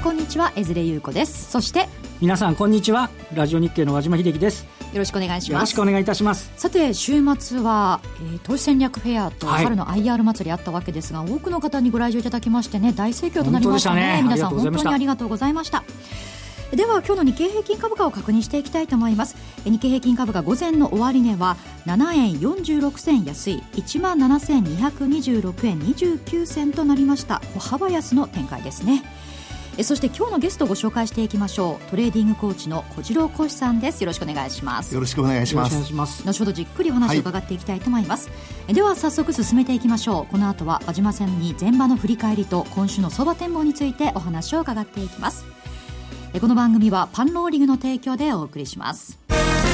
こんにちは、江連優子です。そして皆さんこんにちは、ラジオ日経の和島秀樹です。 よろしくお願いします。 よろしくお願いいたします。 さて週末は、投資戦略フェアと春の IR 祭りあったわけですが、多くの方にご来場いただきましてね、大盛況となりましたね。皆さん本当にありがとうございました。では今日の日経平均株価を確認していきたいと思います。日経平均株価午前の終値は7円46銭安い 17,226 円29銭となりました。小幅安の展開ですね。そして今日のゲストをご紹介していきましょう。トレーディングコーチの小次郎浩さんです。よろしくお願いします。 よろしくお願いします。 後ほどじっくりお話を伺っていきたいと思います、では早速進めていきましょう。この後は和島さんに前場の振り返りと今週の相場展望についてお話を伺っていきます。この番組はパンローリングの提供でお送りします。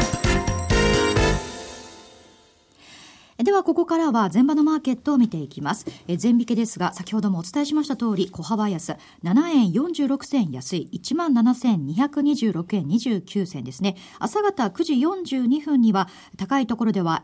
ではここからは前場のマーケットを見ていきます。前引けですが、先ほどもお伝えしました通り小幅安、7円46銭安い 17,226 円29銭ですね。朝方9時42分には高いところでは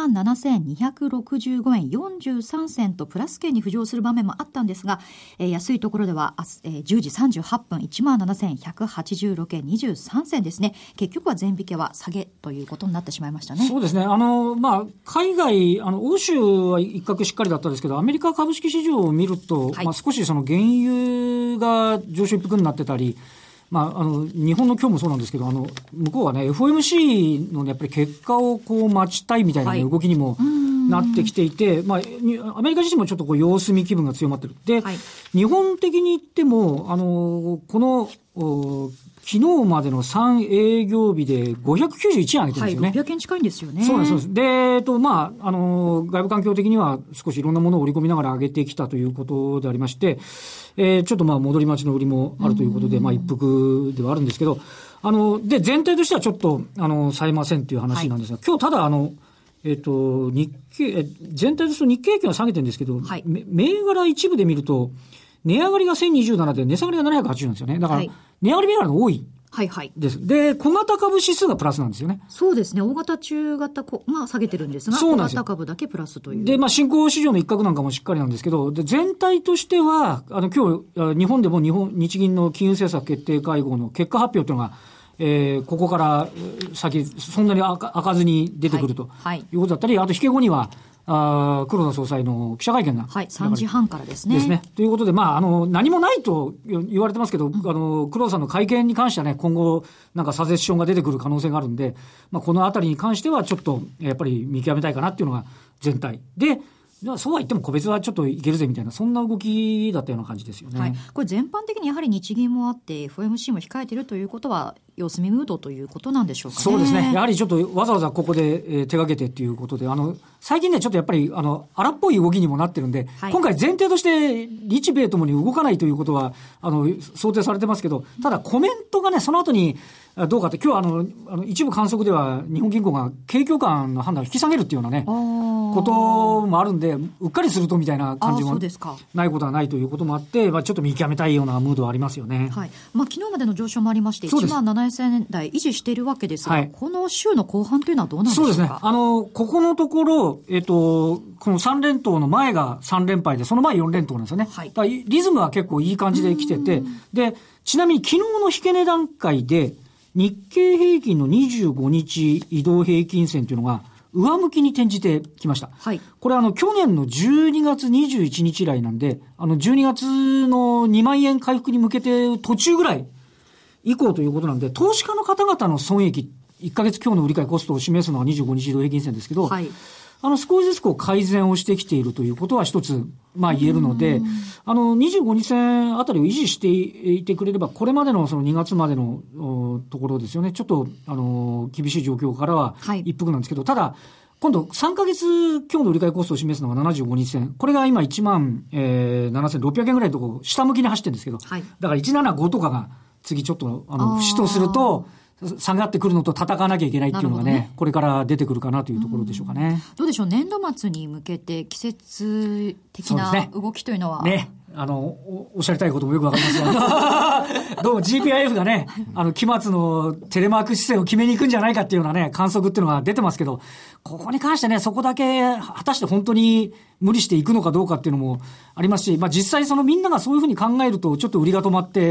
17,265 円43銭とプラス圏に浮上する場面もあったんですが、安いところでは10時38分 17,186 円23銭ですね。結局は前引けは下げということになってしまいましたね。 そうですね。海外欧州は一角しっかりだったんですけど、アメリカ株式市場を見ると、少しその原油が上昇一服になってたり、日本の今日もそうなんですけど、向こうはね FOMC の、ね、やっぱり結果をこう待ちたいみたいな、ね、動きにもなってきていて、アメリカ自身もちょっとこう様子見気分が強まってる。で、日本的に言ってもこの昨日までの3営業日で591円上げてるんですよね。 600円近いんですよね。 そうです。で、外部環境的には少しいろんなものを織り込みながら上げてきたということでありまして、ちょっと戻り待ちの売りもあるということで、一服ではあるんですけど、で、全体としてはちょっと、冴えませんという話なんですが、今日ただ日経、全体ですと日経平均は下げてるんですけど、銘柄一部で見ると、値上がりが1027で値下がりが780なんですよね。だから、値上がり銘柄の多いです。で、小型株指数がプラスなんですよね。 そうですね。大型、中型が下げてるんですが、小型株だけプラスという。 で、新興市場の一角なんかもしっかりなんですけど、で、全体としては、今日、日本でも日銀の金融政策決定会合の結果発表というのが、ここから先、そんなに開かずに出てくるということだったり、あと引け後には、黒田総裁の記者会見が。 3時半からですね。 ですね。ということで、何もないと言われてますけど、黒田さんの会見に関してはね、今後、なんかサジェッションが出てくる可能性があるんで、このあたりに関してはちょっと、やっぱり見極めたいかなっていうのが全体。で、そうは言っても個別はちょっといけるぜみたいな、そんな動きだったような感じですよね。 これ全般的にやはり日銀もあって FOMC も控えているということは様子見ムードということなんでしょうかね。 そうですね。やはりちょっとわざわざここで、手掛けてっていうことで、最近ねちょっとやっぱり荒っぽい動きにもなってるんで、今回前提として日米ともに動かないということは想定されてますけど、ただコメントがねその後にどうかって、今日一部観測では日本銀行が景況感の判断を引き下げるっていうようなねこともあるんで、うっかりするとみたいな感じもないことはないということもあって、ちょっと見極めたいようなムードはありますよね。 昨日までの上昇もありまして、17,000円台維持しているわけですが、この週の後半というのはどうなんでしょうか。 そうですね。ここのところ、この3連投の前が3連敗で、その前4連投なんですよね。だからリズムは結構いい感じで来てて、で、ちなみに昨日の引け値段階で、日経平均の25日移動平均線というのが上向きに転じてきました。これ去年の12月21日以来なんで、12月の2万円回復に向けて途中ぐらい以降ということなんで、投資家の方々の損益、1ヶ月今日の売り買いコストを示すのは25日移動平均線ですけど、少しずつ改善をしてきているということは一つ、言えるので、25日線あたりを維持していてくれれば、これまでのその2月までのところですよね、ちょっと、厳しい状況からは一服なんですけど、ただ、今度3ヶ月今日の売り買いコストを示すのが75日線。これが今17,600円ぐらいのところ、下向きに走ってるんですけど、だから175とかが次ちょっと、節とすると、下がってくるのと戦わなきゃいけないっていうのが ね、これから出てくるかなというところでしょうかね。 どうでしょう、年度末に向けて季節的な動きというのは。 おっしゃりたいこともよくわかりますが、どうも GPIF がね、期末のテレマーク姿勢を決めに行くんじゃないかっていうようなね、観測っていうのが出てますけど、ここに関してね、そこだけ果たして本当に無理していくのかどうかっていうのもありますし、実際そのみんながそういうふうに考えると、ちょっと売りが止まって、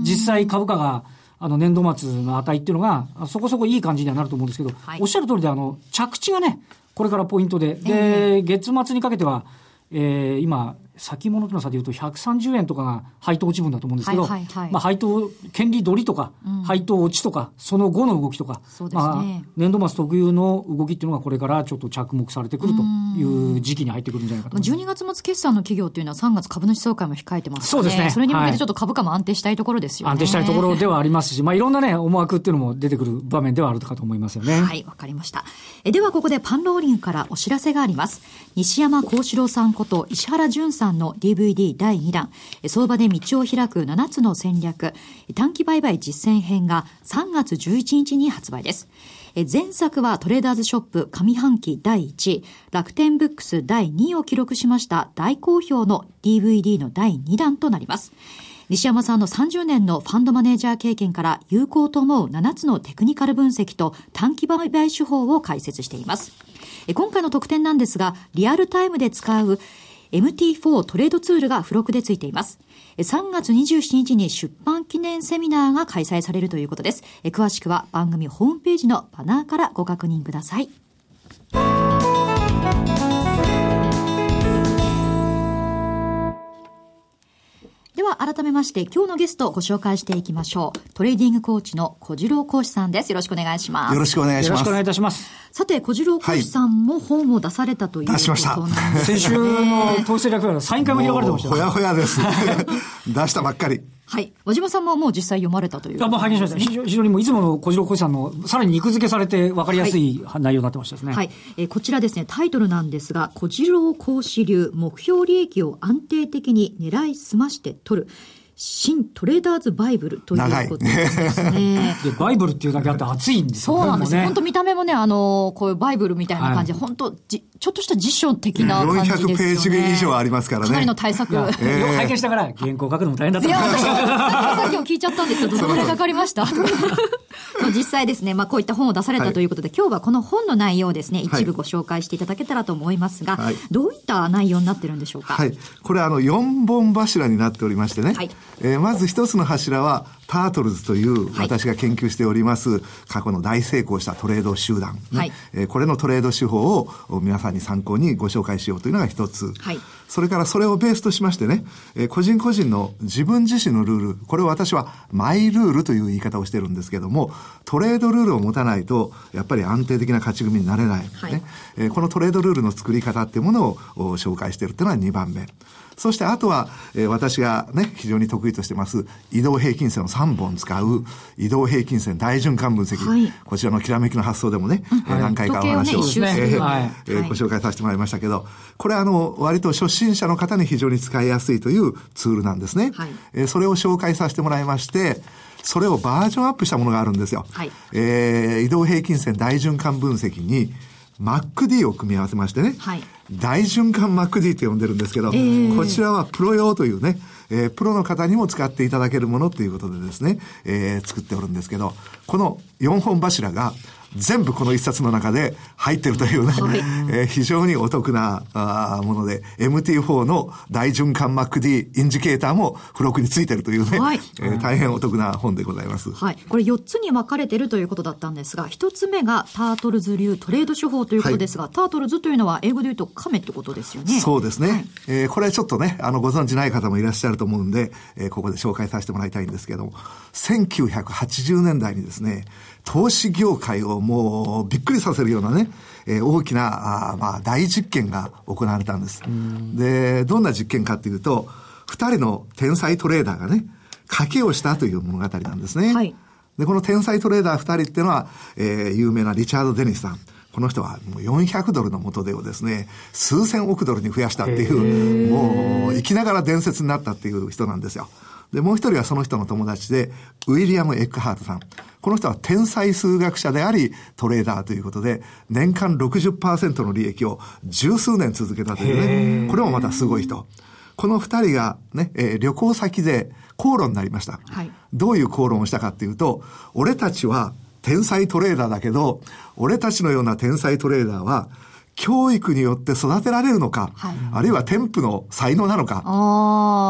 実際株価が年度末の値っていうのがそこそこいい感じにはなると思うんですけど、はい、おっしゃる通りで着地がねこれからポイントで、月末にかけては、今先物というの差でいうと130円とかが配当落ち分だと思うんですけど、配当権利取りとか、配当落ちとかその後の動きとか、そうですね、年度末特有の動きっていうのがこれからちょっと着目されてくるという時期に入ってくるんじゃないかと思います。 12月末決算の企業というのは3月株主総会も控えてますので、 そうですね、 それに向けてちょっと株価も安定したいところですよね。 安定したいところではありますし、いろんなね思惑っていうのも出てくる場面ではあるかと思いますよね。 はい、わかりました。ではここでパンローリングからお知らせがあります。西山幸四郎さんこと石原淳さんの DVD第2弾、相場で道を開く7つの戦略短期売買実践編が3月11日に発売です。前作はトレーダーズショップ上半期第1位、楽天ブックス第2位を記録しました大好評の DVD の第2弾となります。西山さんの30年のファンドマネージャー経験から有効と思う7つのテクニカル分析と短期売買手法を解説しています。今回の特典なんですが、リアルタイムで使うMT4 トレードツールが付録でついています。3月27日に出版記念セミナーが開催されるということです。詳しくは番組ホームページのバナーからご確認ください。では改めまして今日のゲストをご紹介していきましょう。トレーディングコーチの小次郎講師さんです。よろしくお願いします。 よろしくお願いします。 よろしくお願いいたします。 さて小次郎講師さんも本を出されたということなんですね。 出しました。 先週の投資戦略フェアのサイン会も開かれてました。 ほやほやです。出したばっかり。 はい。和島さんももう実際読まれたという。 もう拝見しました。非常にもういつもの小次郎講師さんのさらに肉付けされて分かりやすい内容になってましたですね。 はい。こちらですね、タイトルなんですが、小次郎講師流目標利益を安定的に狙いすまして取る。新トレーダーズバイブルということですね。 でバイブルっていうだけあって熱いんですよ。 そうなんですよ。本当見た目もね、こういうバイブルみたいな感じで、本当ちょっとした辞書的な感じですよね。 400ページ以上ありますからね。 かなりの対策。 拝見したから原稿書くのも大変だった。 いや、私さっきも聞いちゃったんですけど、どのぐらいかかりました実際ですね、こういった本を出されたということで、今日はこの本の内容をですね、一部ご紹介していただけたらと思いますが、どういった内容になってるんでしょうか。 はい。これ4本柱になっておりましてね。はい。まず一つの柱はタートルズという私が研究しております過去の大成功したトレード集団、ね。はい。これのトレード手法を皆さんに参考にご紹介しようというのが一つ。はい。それからそれをベースとしましてね、個人個人の自分自身のルール、これを私はマイルールという言い方をしてるんですけども、トレードルールを持たないとやっぱり安定的な勝ち組になれない、はいね。このトレードルールの作り方っていうものを紹介しているっていうのは2番目。そしてあとは、私がね、非常に得意としてます移動平均線を3本使う移動平均線大循環分析。はい、こちらのきらめきの発想でもね、何回かお話を、ご紹介させてもらいましたけど、これ割と初心者の方に非常に使いやすいというツールなんですね。はい、それを紹介させてもらいまして、それをバージョンアップしたものがあるんですよ。はい、移動平均線大循環分析にMACD を組み合わせましてね、はい、大循環 MACD って呼んでるんですけど、こちらはプロ用というね、プロの方にも使っていただけるものということでですね、作っておるんですけど、この4本柱が全部この一冊の中で入ってるというね、はい非常にお得なもので MT4 の大循環 MACD インジケーターも付録についてるというね、はい大変お得な本でございます。 はい、これ4つに分かれてるということだったんですが、1つ目がタートルズ流トレード手法ということですが、はい、タートルズというのは英語で言うと亀ってことですよね。 そうですね。はいこれちょっとねご存知ない方もいらっしゃると思うんで、ここで紹介させてもらいたいんですけども、1980年代にですね、投資業界をもうびっくりさせるようなね、大きな大実験が行われたんです。で、どんな実験かっていうと、2人の天才トレーダーがね、賭けをしたという物語なんですね。はい、で、この天才トレーダー2人っていうのは、有名なリチャード・デニスさん。この人はもう400ドルの元手をですね、数千億ドルに増やしたっていう、もう生きながら伝説になったっていう人なんですよ。で、もう一人はその人の友達で、ウィリアム・エックハートさん。この人は天才数学者であり、トレーダーということで、年間 60% の利益を十数年続けたというね、これもまたすごい人。この二人がね、旅行先で口論になりました。はい、どういう口論をしたかっていうと、俺たちは天才トレーダーだけど、俺たちのような天才トレーダーは、教育によって育てられるのか、はい、あるいは天賦の才能なのか。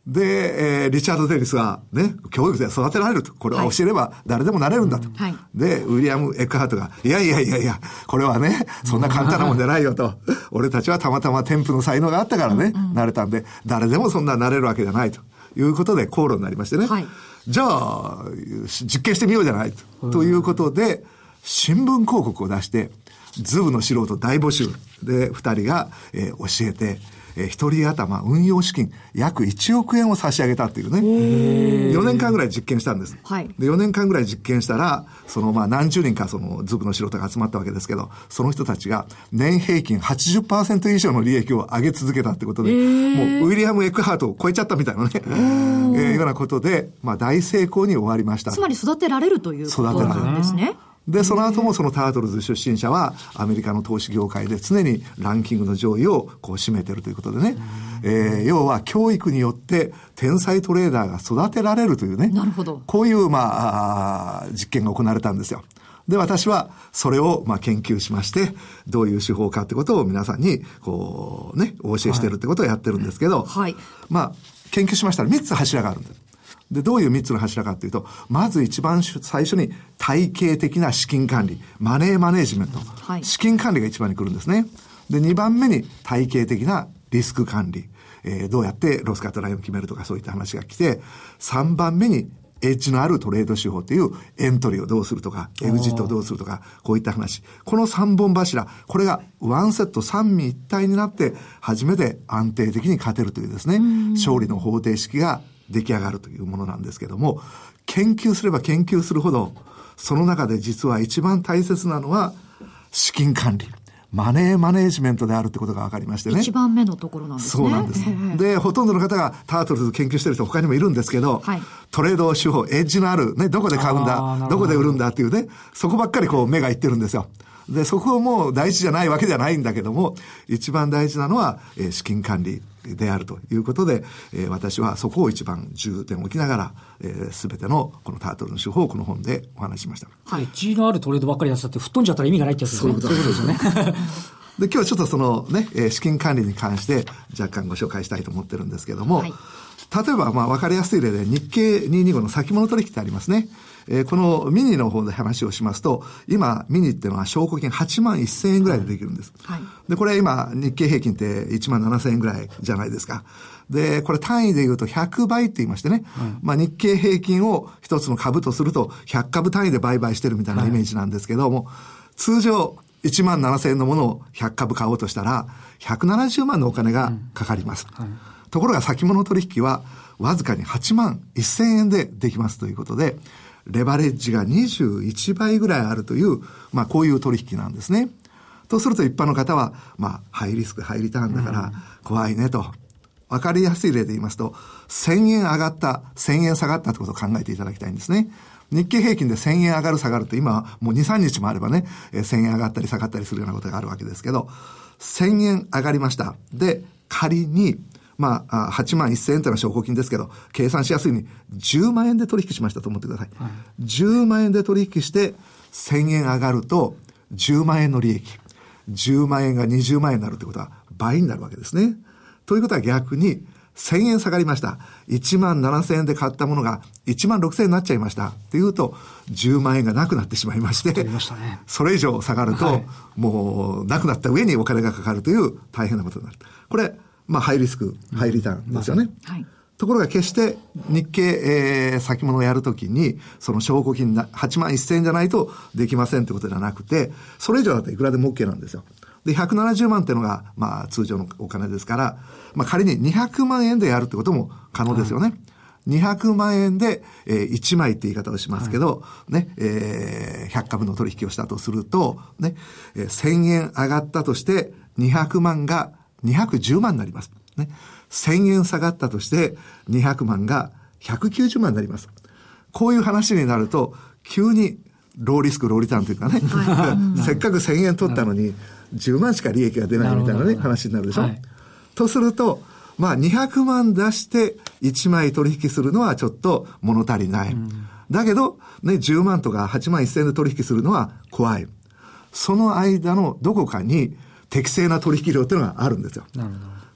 で、リチャード・デリスはね、教育で育てられると。これは教えれば誰でもなれるんだと。はい、で、ウィリアム・エックハートが、いや、これはね、そんな簡単なもんじゃないよと。俺たちはたまたま天賦の才能があったからね、なれたんで、誰でもそんななれるわけじゃないということで口論になりましてね。はい、じゃあ、実験してみようじゃないということで、新聞広告を出して、ズブの素人大募集で2人が、教えて、一人頭運用資金約1億円を差し上げたっていうね。4年間ぐらい実験したんです。はい、で、4年間ぐらい実験したら、何十人かズブの素人が集まったわけですけど、その人たちが年平均 80% 以上の利益を上げ続けたってことで、もうウィリアム・エックハートを超えちゃったみたいなね、ようなことで、大成功に終わりました。 つまり育てられるということなんですね。 で、その後もそのタートルズ出身者はアメリカの投資業界で常にランキングの上位を占めてるということでね、要は教育によって天才トレーダーが育てられるというね、 なるほど。 こういう実験が行われたんですよ。で、私はそれを研究しまして、どういう手法かってことを皆さんにお教えしてるってことをやってるんですけど、はい、研究しましたら3つ柱があるんです。で、どういう3つの柱かというと、まず一番最初に体系的な資金管理、マネーマネージメント、はい、資金管理が一番に来るんですね。で、2番目に体系的なリスク管理、どうやってロスカットラインを決めるとかそういった話が来て、3番目にエッジのあるトレード手法というエントリーをどうするとか、エグジットをどうするとか、こういった話。この3本柱、これがワンセット三位一体になって初めて安定的に勝てるというですね、勝利の方程式が出来上がるというものなんですけども、研究すれば研究するほど、その中で実は一番大切なのは資金管理。マネーマネージメントであるってことが分かりましてね。 一番目のところなんですね。 そうなんです。で、ほとんどの方がタートルズ研究してる人他にもいるんですけど、はい、トレード手法、エッジのある、ね、どこで買うんだ、どこで売るんだっていうね、そこばっかり目がいってるんですよ。で、そこも大事じゃないわけじゃないんだけども、一番大事なのは、資金管理であるということで、私はそこを一番重点を置きながら、すべてのこのタートルの手法をこの本でお話ししました。 はい。エッジのあるトレードばっかりやってたって吹っ飛んじゃったら意味がないってやつですね。そういうことですよね。 で、今日はちょっとそのね、資金管理に関して若干ご紹介したいと思ってるんですけども、はい、例えば分かりやすい例で日経225の先物取引ってありますね。このミニの方で話をしますと、今ミニっていうのは証拠金8万1000円ぐらいでできるんです。はい、で、これ今日経平均って1万7000円ぐらいじゃないですか。で、これ単位で言うと100倍って言いましてね。日経平均を一つの株とすると100株単位で売買してるみたいなイメージなんですけども、通常1万7000円のものを100株買おうとしたら170万のお金がかかります。ところが先物取引はわずかに8万1000円でできますということで、レバレッジが21倍ぐらいあるという、こういう取引なんですね。とすると一般の方は、ハイリスク、ハイリターンだから怖いねと。わかりやすい例で言いますと、1000円上がった、1000円下がったってことを考えていただきたいんですね。日経平均で1000円上がる下がるって今もう2、3日もあればね、1000円上がったり下がったりするようなことがあるわけですけど、1000円上がりました。で、仮に、8万1000円というのは証拠金ですけど、計算しやすいように10万円で取引しましたと思ってください。はい、10万円で取引して1000円上がると10万円の利益。10万円が20万円になるということは倍になるわけですね。ということは逆に1000円下がりました。1万7000円で買ったものが1万6000円になっちゃいました。っていうと10万円がなくなってしまいまして、それ以上下がると、もうなくなった上にお金がかかるという大変なことになる。これハイリスク、ハイリターンですよね。はい、ところが決して日経、先物をやるときに、その証拠金8万1000円じゃないとできませんってことじゃなくて、それ以上だといくらでも OK なんですよ。で、170万っていうのが、通常のお金ですから、仮に200万円でやるってことも可能ですよね。200万円で、1枚って言い方をしますけど、ね、100株の取引をしたとすると、ね、1000円上がったとして、200万が210万になります。ね。1000円下がったとして、200万が190万になります。こういう話になると、急にローリスク、ローリターンというかね、せっかく1000円取ったのに、10万しか利益が出ないみたいなね、話になるでしょ。はい、とすると、200万出して1枚取引するのはちょっと物足りない。だけど、ね、10万とか8万1000円で取引するのは怖い。その間のどこかに、適正な取引量っていうのがあるんですよ。なるほど。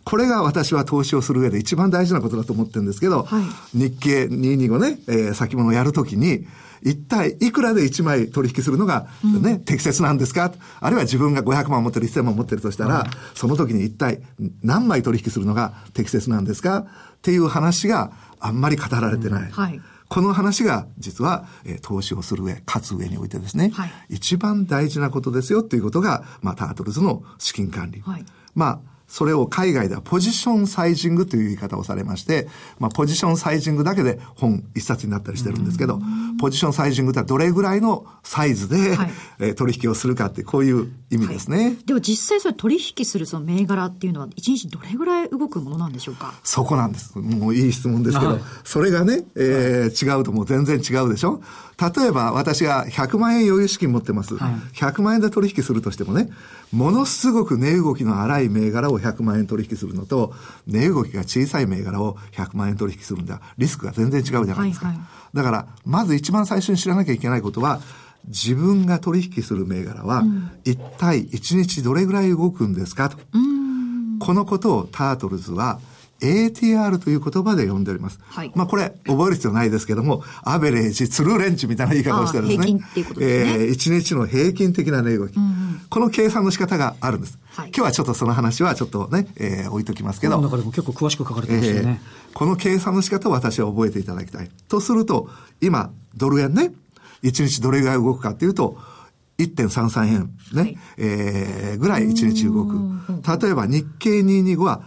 これが私は投資をする上で一番大事なことだと思ってるんですけど、日経225ね、先物をやるときに、一体いくらで1枚取引するのがね、適切なんですか？あるいは自分が500万持ってる、1000万持ってるとしたら、その時に一体何枚取引するのが適切なんですか？っていう話があんまり語られてない。この話が実は、投資をする上、勝つ上においてですね、一番大事なことですよっていうことが、タートルズの資金管理。それを海外ではポジションサイジングという言い方をされまして、ポジションサイジングだけで本一冊になったりしてるんですけど、ポジションサイジングってどれぐらいのサイズで、取引をするかってこういう意味ですね。 では実際それ取引するその銘柄っていうのは一日どれぐらい動くものなんでしょうか？ そこなんです。もういい質問ですけど、それがね、違うともう全然違うでしょ。例えば私が100万円余裕資金持ってます。100万円で取引するとしてもね、ものすごく値動きの荒い銘柄を100万円取引するのと、値動きが小さい銘柄を100万円取引するんだ。リスクが全然違うじゃないですか。だから、まず一番最初に知らなきゃいけないことは、自分が取引する銘柄は、一体1日どれぐらい動くんですかと。このことをタートルズは、ATR という言葉で呼んでおります。これ、覚える必要ないですけども、アベレージ、ツルーレンチみたいな言い方をしてですね。 平均っていうことですね。 1日の平均的な値動き。この計算の仕方があるんです。今日はちょっとその話はちょっっとね、置いときますけど。 この中でも結構詳しく書かれてましたよね。 この計算の仕方を私は覚えていただきたい。とすると、今、ドル円ね、1日どれぐらい動くかっていうと、1.33 円ね、ぐらい1日動く。例えば日経225は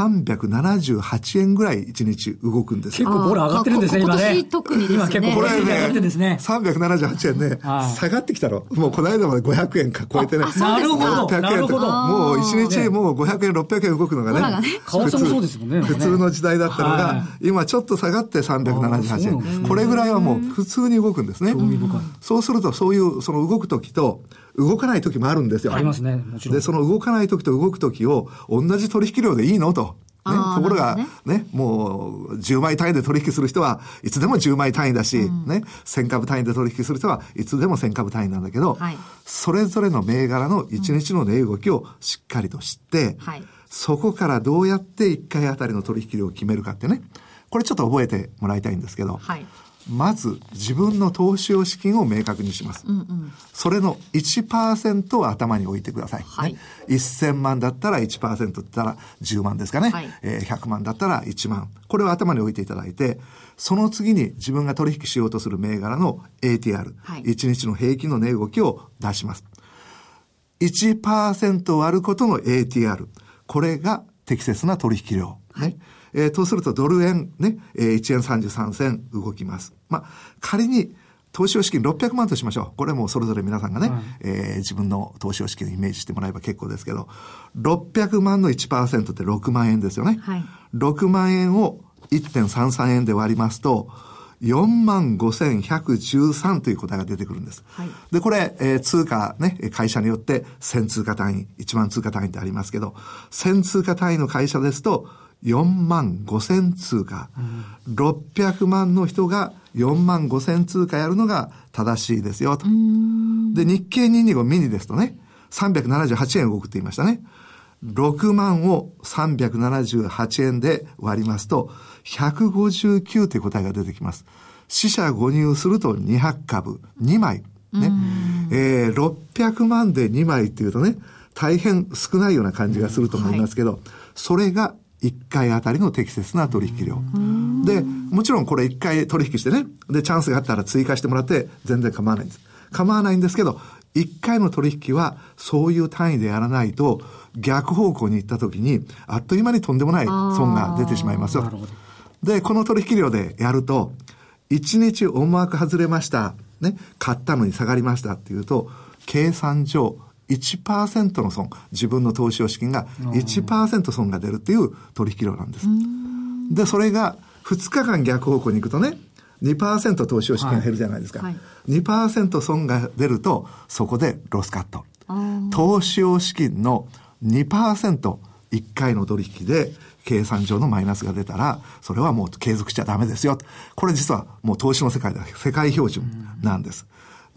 378円ぐらい1日動くんです。 結構ボール上がってるんですね、今ね。 今年特にですね。 今結構これね、上がってるんですね。 378円ね、下がってきたの。もうこの間まで500円か超えてね。 なるほど。 600円とか。もう1日もう500円、600円動くのがね。 為替もそうですもんね。 普通の時代だったのが、今ちょっと下がって378円。これぐらいはもう普通に動くんですね。そうすると、そういうその動くときと、動かない時もあるんですよ。 ありますね。もちろん。 で、その動かない時と動く時を同じ取引量でいいのと。ね、ところが、ね、もう10枚単位で取引する人はいつでも10枚単位だし、ね、1000株単位で取引する人はいつでも1000株単位なんだけど、それぞれの銘柄の1日の値動きをしっかりと知って、そこからどうやって1回あたりの取引量を決めるかってね、これちょっと覚えてもらいたいんですけど、まず自分の投資用資金を明確にします。それの 1% を頭に置いてください。1000万だったら 1% って言ったら10万ですかね。100万だったら1万。これを頭に置いていただいて、その次に自分が取引しようとする銘柄の ATR、1日の平均の値動きを出します。1% 割ることの ATR。これが適切な取引量。とするとドル円ね、1円33銭動きます。仮に投資用資金600万としましょう。これもそれぞれ皆さんがね、自分の投資用資金をイメージしてもらえば結構ですけど、600万の 1% って6万円ですよね。6万円を 1.33 円で割りますと、45,113という答えが出てくるんです。で、これ、通貨ね、会社によって1000通貨単位、1万通貨単位ってありますけど、1000通貨単位の会社ですと、45,000通貨、600万の人が45,000通貨やるのが正しいですよと。で、日経225ミニですとね、378円動くって言いましたね。6万を378円で割りますと、159という答えが出てきます。四捨五入すると200株、2枚。ね。600万で2枚っていうとね、大変少ないような感じがすると思いますけど、それが1回あたりの適切な取引量。で、もちろんこれ1回取引してね、で、チャンスがあったら追加してもらって全然構わないんです。構わないんですけど、1回の取引はそういう単位でやらないと、逆方向に行った時に、あっという間にとんでもない損が出てしまいますよ。で、この取引量でやると、1日思惑外れました。ね、買ったのに下がりましたっていうと、計算上、1% の損、自分の投資用資金が 1% 損が出るっていう取引量なんです。で、それが2日間逆方向に行くとね、2% 投資用資金が減るじゃないですか。2% 損が出ると、そこでロスカット。投資用資金の 2% 1回の取引で計算上のマイナスが出たら、それはもう継続しちゃダメですよ。これ実はもう投資の世界では世界標準なんです。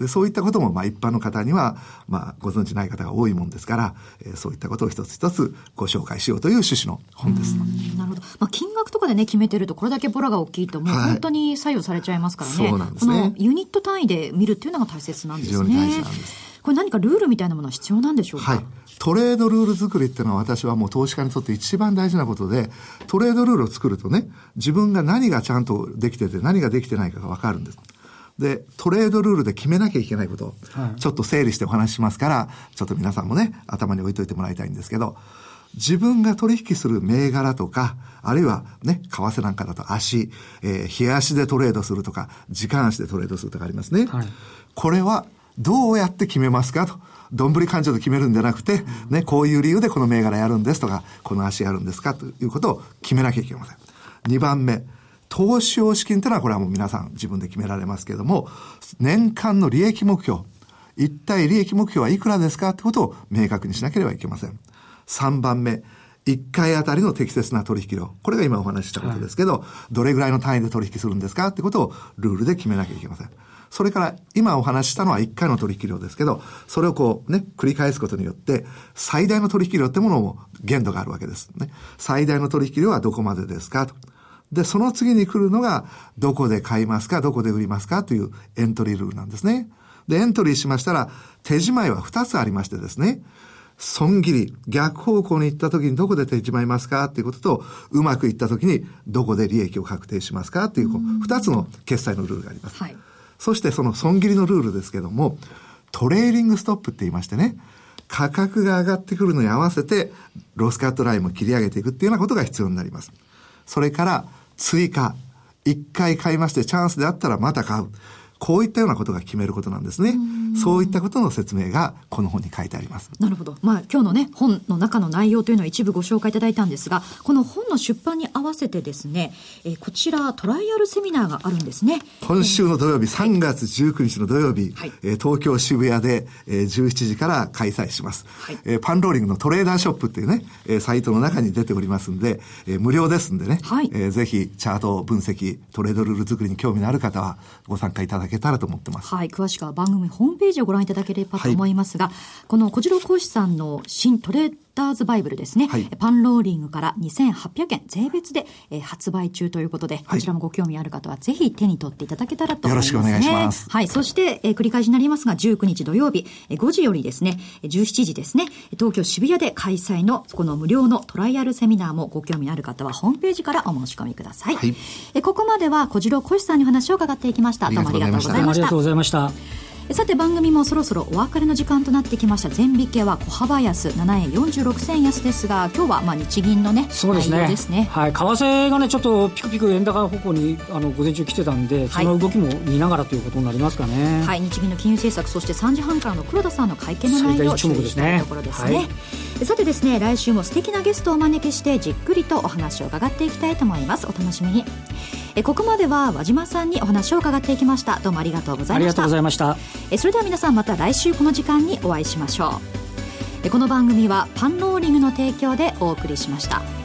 でそういったことも一般の方にはご存知ない方が多いもんですから、そういったことを一つ一つご紹介しようという趣旨の本です。 なるほど。金額とかでね決めてるとこれだけボラが大きいともう本当に左右されちゃいますからね。 そうなんですね。 このユニット単位で見るっていうのが大切なんですね。 非常に大事なんです。 これ何かルールみたいなものは必要なんでしょうか。 トレードルール作りっていうのは私はもう投資家にとって一番大事なことで、トレードルールを作るとね、自分が何がちゃんとできてて何ができてないかが分かるんです。で、トレードルールで決めなきゃいけないことをちょっと整理してお話ししますから、ちょっと皆さんもね、頭に置いといてもらいたいんですけど、自分が取引する銘柄とか、あるいはね、為替なんかだと足、日足でトレードするとか、時間足でトレードするとかありますね。これはどうやって決めますかと。どんぶり勘定で決めるんじゃなくて、ね、こういう理由でこの銘柄やるんですとか、この足やるんですかということを決めなきゃいけません。2番目、投資用資金というのはこれはもう皆さん自分で決められますけれども、年間の利益目標、一体利益目標はいくらですかということを明確にしなければいけません。3番目、1回あたりの適切な取引量。これが今お話ししたことですけど、どれぐらいの単位で取引するんですかということをルールで決めなきゃいけません。それから今お話ししたのは1回の取引量ですけど、それを繰り返すことによって最大の取引量ってものも限度があるわけですね。最大の取引量はどこまでですかと。で、その次に来るのがどこで買いますか、どこで売りますかというエントリールールなんですね。で、エントリーしましたら手仕舞いは2つありましてですね、損切り、逆方向に行った時にどこで手仕舞いますかっていうことと、うまくいった時にどこで利益を確定しますかっていう2つの決済のルールがあります。そしてその損切りのルールですけども、トレーリングストップって言いましてね、価格が上がってくるのに合わせてロスカットラインも切り上げていくっていうようなことが必要になります。それから追加、1回買いましてチャンスであったらまた買う。こういったようなことが決めることなんですね。そういったことの説明がこの本に書いてあります。 なるほど。今日のね、本の中の内容というのは一部ご紹介いただいたんですが、この本の出版に合わせてですね、こちらトライアルセミナーがあるんですね。 今週の土曜日、3月19日の土曜日、東京渋谷で、17時から開催します。パンローリングのトレーダーショップっていうね、サイトの中に出ておりますんで、無料ですんでね、ぜひチャート分析、トレードルール作りに興味のある方はご参加いただけたらと思ってます。 詳しくは番組ホームページをご覧いただければと思いますが、この小次郎講師さんの新トレーダーズバイブルですね、パンローリングから2800円税別で、発売中ということで、こちらもご興味ある方はぜひ手に取っていただけたらと思いますね。 よろしくお願いします。 そして、繰り返しになりますが、19日土曜日、5時よりですね、17時ですね、東京渋谷で開催のこの無料のトライアルセミナーもご興味のある方はホームページからお申し込みください。ここまでは小次郎講師さんにお話を伺っていきました。どうもありがとうございました。 ありがとうございました。 さて番組もそろそろお別れの時間となってきました。前引けは小幅安7円46銭安ですが、今日は日銀のね、 そうですね、 内容ですね。 為替がねちょっとピクピク円高方向に午前中来てたんで、その動きも見ながらということになりますかね。 日銀の金融政策、そして3時半からの黒田さんの会見の内容を注目したいところですね。さてですね、来週も素敵なゲストをお招きしてじっくりとお話を伺っていきたいと思います。お楽しみに。ここまでは和島さんにお話を伺っていきました。どうもありがとうございました。 ありがとうございました。 それでは皆さんまた来週この時間にお会いしましょう。この番組はパンローリングの提供でお送りしました。